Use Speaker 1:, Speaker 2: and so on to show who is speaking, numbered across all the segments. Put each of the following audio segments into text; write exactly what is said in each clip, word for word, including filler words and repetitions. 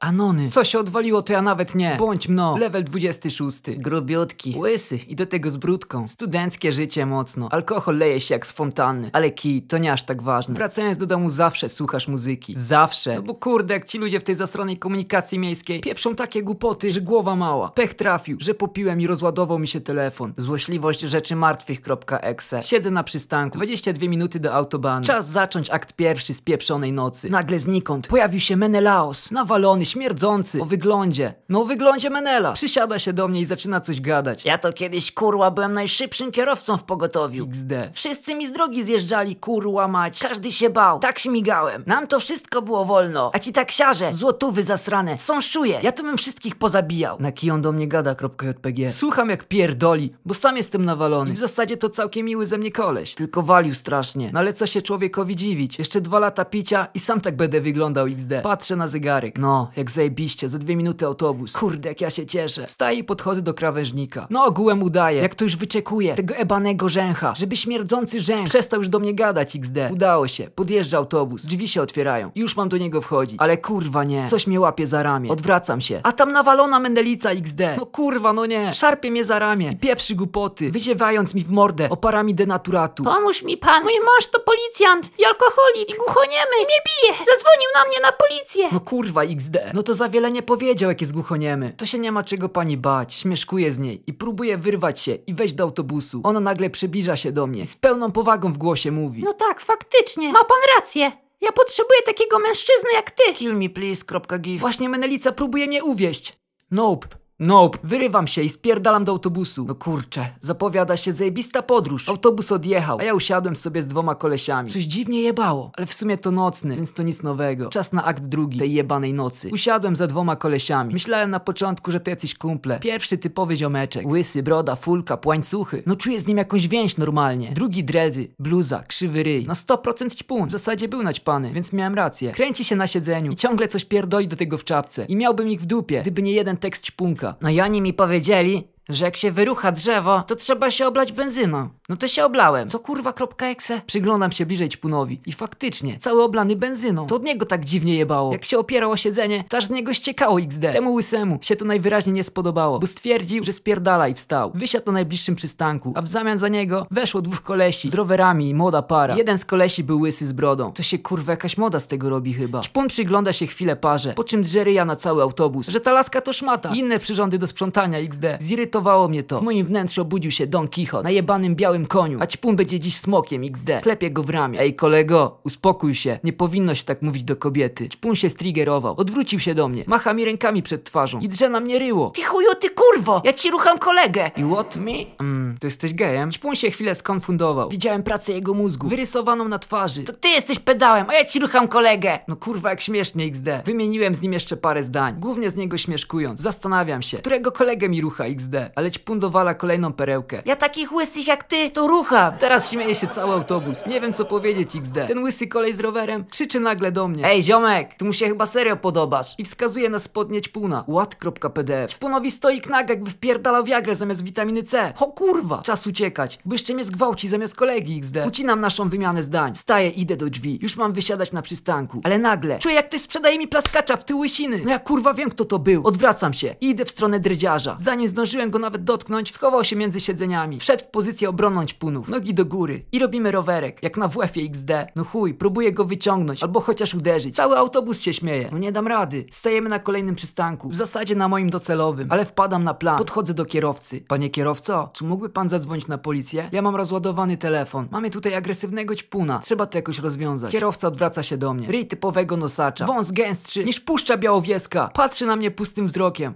Speaker 1: Anony. Co się odwaliło, to ja nawet nie. Bądź mno. Level dwudziesty szósty. Grubiutki. Łysy. I do tego z brudką. Studenckie życie mocno. Alkohol leje się jak z fontanny. Ale kij, to nie aż tak ważne. Wracając do domu zawsze słuchasz muzyki. Zawsze. No bo kurde, jak ci ludzie w tej zasranej komunikacji miejskiej pieprzą takie głupoty, że głowa mała. Pech trafił, że popiłem i rozładował mi się telefon. Złośliwość rzeczy martwych.exe. Siedzę na przystanku. dwadzieścia dwie minuty do autobahnu. Czas zacząć akt pierwszy z pieprzonej nocy. Nagle znikąd pojawił się Menelaos. Nawalony, śmierdzący. O wyglądzie. No o wyglądzie Menela. Przysiada się do mnie i zaczyna coś gadać.
Speaker 2: Ja to kiedyś, kurwa, byłem najszybszym kierowcą w pogotowiu.
Speaker 1: X D.
Speaker 2: Wszyscy mi z drogi zjeżdżali, kurwa mać. Każdy się bał. Tak śmigałem. Nam to wszystko było wolno. A ci taksiarze, złotówy zasrane, są szuje. Ja to bym wszystkich pozabijał.
Speaker 1: Na kij on do mnie gada.jpg. Słucham jak pierdoli, bo sam jestem nawalony. I w zasadzie to całkiem miły ze mnie koleś. Tylko walił strasznie. No ale co się człowiekowi dziwić? Jeszcze dwa lata picia i sam tak będę wyglądał X D. Patrzę na zegarek. No, jak zajebiście, za dwie minuty autobus. Kurde, jak ja się cieszę. Wstaję i podchodzę do krawężnika. No ogółem udaję, jak to już wyczekuję. Tego ebanego rzęcha, żeby śmierdzący rzęch przestał już do mnie gadać X D. Udało się. Podjeżdża autobus. Drzwi się otwierają. I już mam do niego wchodzić. Ale kurwa nie. Coś mnie łapie za ramię. Odwracam się. A tam nawalona Mendelica X D. No kurwa, no nie. Szarpie mnie za ramię. I pieprzy głupoty. Wyziewając mi w mordę oparami denaturatu.
Speaker 2: Pomóż mi pan, mój mąż to policjant i alkoholik i głuchoniemy i mnie bije. Zadzwonił na mnie na policję.
Speaker 1: No kurwa X D. No to za wiele nie powiedział, jak jest głuchoniemy. To się nie ma czego pani bać. Śmieszkuję z niej i próbuję wyrwać się i wejść do autobusu. Ona nagle przybliża się do mnie i z pełną powagą w głosie mówi.
Speaker 2: No tak, faktycznie, ma pan rację. Ja potrzebuję takiego mężczyzny jak ty.
Speaker 1: Kill me please.give. Właśnie Menelica próbuje mnie uwieść. Nope. Nope. Wyrywam się i spierdalam do autobusu. No kurczę, zapowiada się zajebista podróż. Autobus odjechał, a ja usiadłem sobie z dwoma kolesiami. Coś dziwnie jebało, ale w sumie to nocny, więc to nic nowego. Czas na akt drugi tej jebanej nocy. Usiadłem za dwoma kolesiami. Myślałem na początku, że to jacyś kumple. Pierwszy typowy ziomeczek. Łysy, broda, fulka, łańcuchy. No czuję z nim jakąś więź normalnie. Drugi dredy, bluza, krzywy ryj. Na sto procent ćpun. W zasadzie był naćpany, więc miałem rację. Kręci się na siedzeniu i ciągle coś pierdoli do tego w czapce. I miałbym ich w dupie, gdyby nie jeden tekst ćpunka.
Speaker 2: No i oni mi powiedzieli, że jak się wyrucha drzewo, to trzeba się oblać benzyną. No to się oblałem.
Speaker 1: Co kurwa.exe? Przyglądam się bliżej ćpunowi i faktycznie, cały oblany benzyną. To od niego tak dziwnie jebało. Jak się opierał o siedzenie, to aż z niego ściekało X D. Temu łysemu się to najwyraźniej nie spodobało, bo stwierdził, że spierdala i wstał. Wysiadł na najbliższym przystanku, a w zamian za niego weszło dwóch kolesi z rowerami i młoda para. Jeden z kolesi był łysy z brodą. To się kurwa jakaś moda z tego robi chyba. Ćpun przygląda się chwilę parze, po czym drze ryja na cały autobus, że ta laska to szmata. I inne przyrządy do sprzątania X D. Zirytowało mnie to. W moim wnętrzu obudził się Don Quixote na jebanym białym koniu, a ćpun będzie dziś smokiem X D. Klepie go w ramię. Ej kolego, uspokój się. Nie powinno się tak mówić do kobiety. Ćpun się striggerował. Odwrócił się do mnie. Macha mi rękami przed twarzą i drze na mnie ryło.
Speaker 2: Ty chuju, ty kurwo, ja ci rucham kolegę.
Speaker 1: I what me? Mm, to jesteś gejem? Ćpun się chwilę skonfundował. Widziałem pracę jego mózgu, wyrysowaną na twarzy.
Speaker 2: To ty jesteś pedałem, a ja ci rucham kolegę.
Speaker 1: No kurwa jak śmiesznie X D. Wymieniłem z nim jeszcze parę zdań, głównie z niego śmieszkując. Zastanawiam się, którego kolegę mi rucha X D. Ale ćpun dowala kolejną perełkę.
Speaker 2: Ja takich łysych jak ty to rucham.
Speaker 1: Teraz śmieje się cały autobus. Nie wiem co powiedzieć X D. Ten łysy kolej z rowerem krzyczy nagle do mnie.
Speaker 2: Ej ziomek, ty mu się chyba serio podobasz.
Speaker 1: I wskazuje na spodnie ćpuna. What.pdf. Ćpunowi stoi knak jakby wpierdalał Viagrę zamiast witaminy C. O kurwa. Czas uciekać, bo jeszcze mnie zgwałci zamiast kolegi X D. Ucinam naszą wymianę zdań. Staję, idę do drzwi. Już mam wysiadać na przystanku. Ale nagle czuję jak ktoś sprzedaje mi plaskacza w tył łysiny. No ja kurwa wiem kto to był. Odwracam się i idę w stronę dredziarza. Zanim zdążyłem go nawet dotknąć, schował się między siedzeniami. Wszedł w pozycję obronną ćpunów. Nogi do góry. I robimy rowerek. Jak na W F-ie X D. No chuj, próbuję go wyciągnąć. Albo chociaż uderzyć. Cały autobus się śmieje. No nie dam rady. Stajemy na kolejnym przystanku. W zasadzie na moim docelowym. Ale wpadam na plan. Podchodzę do kierowcy. Panie kierowco, czy mógłby pan zadzwonić na policję? Ja mam rozładowany telefon. Mamy tutaj agresywnego ćpuna. Trzeba to jakoś rozwiązać. Kierowca odwraca się do mnie. Ryj typowego nosacza. Wąs gęstszy niż puszcza białowieska. Patrzy na mnie pustym wzrokiem.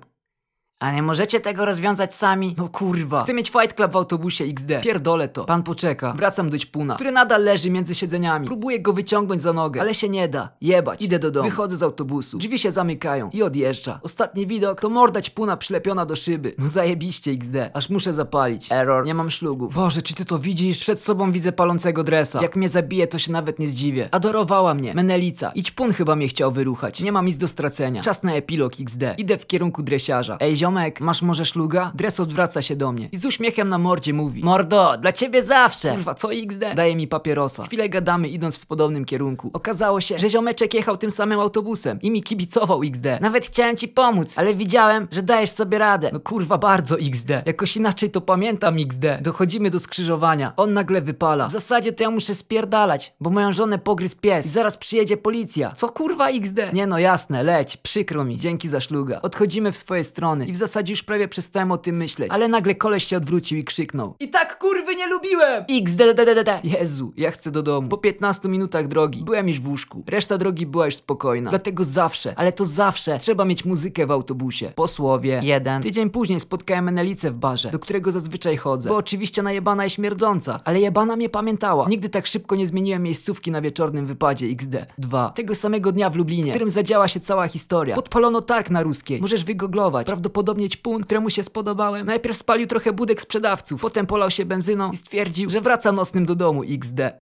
Speaker 2: A nie możecie tego rozwiązać sami?
Speaker 1: No kurwa. Chcę mieć Fight Club w autobusie X D. Pierdolę to. Pan poczeka. Wracam do ćpuna, który nadal leży między siedzeniami. Próbuję go wyciągnąć za nogę, ale się nie da. Jebać. Idę do domu. Wychodzę z autobusu. Drzwi się zamykają i odjeżdża. Ostatni widok to morda ćpuna przylepiona do szyby. No zajebiście X D. Aż muszę zapalić. Error. Nie mam szlugów. Boże, czy ty to widzisz? Przed sobą widzę palącego dresa. Jak mnie zabije, to się nawet nie zdziwię. Adorowała mnie. Menelica. I ćpun chyba mnie chciał wyruchać. Nie mam nic do stracenia. Czas na epilog X D. Idę w kierunku dresiarza. Ej, Ziomek, masz może szluga? Dres odwraca się do mnie i z uśmiechem na mordzie mówi:
Speaker 2: Mordo, dla ciebie zawsze.
Speaker 1: Kurwa, co iks de? Daje mi papierosa. Chwilę gadamy, idąc w podobnym kierunku. Okazało się, że ziomeczek jechał tym samym autobusem i mi kibicował iks de.
Speaker 2: Nawet chciałem ci pomóc, ale widziałem, że dajesz sobie radę.
Speaker 1: No kurwa, bardzo iks de. Jakoś inaczej to pamiętam iks de. Dochodzimy do skrzyżowania. On nagle wypala:
Speaker 2: W zasadzie to ja muszę spierdalać, bo moją żonę pogryzł pies i zaraz przyjedzie policja.
Speaker 1: Co kurwa iks de? Nie no jasne, leć, przykro mi, dzięki za szluga. Odchodzimy w swoje strony i w zasadzie już prawie przestałem o tym myśleć. Ale nagle koleś się odwrócił i krzyknął: I tak kurwy nie lubiłem!
Speaker 2: iks de de de de de.
Speaker 1: Jezu, ja chcę do domu. Po piętnastu minutach drogi byłem już w łóżku. Reszta drogi była już spokojna. Dlatego zawsze, ale to zawsze trzeba mieć muzykę w autobusie. Posłowie.
Speaker 2: Jeden.
Speaker 1: Tydzień później spotkałem Enelicę w barze, do którego zazwyczaj chodzę. Bo oczywiście najebana i śmierdząca, ale jebana mnie pamiętała. Nigdy tak szybko nie zmieniłem miejscówki na wieczornym wypadzie iks de. Dwa. Tego samego dnia w Lublinie, w którym zadziała się cała historia. Podpalono targ na Ruskiej. Możesz wygooglować. Prawdopodobnie ćpun, któremu się spodobałem, najpierw spalił trochę budek sprzedawców, potem polał się benzyną i stwierdził, że wraca nocnym do domu iks de.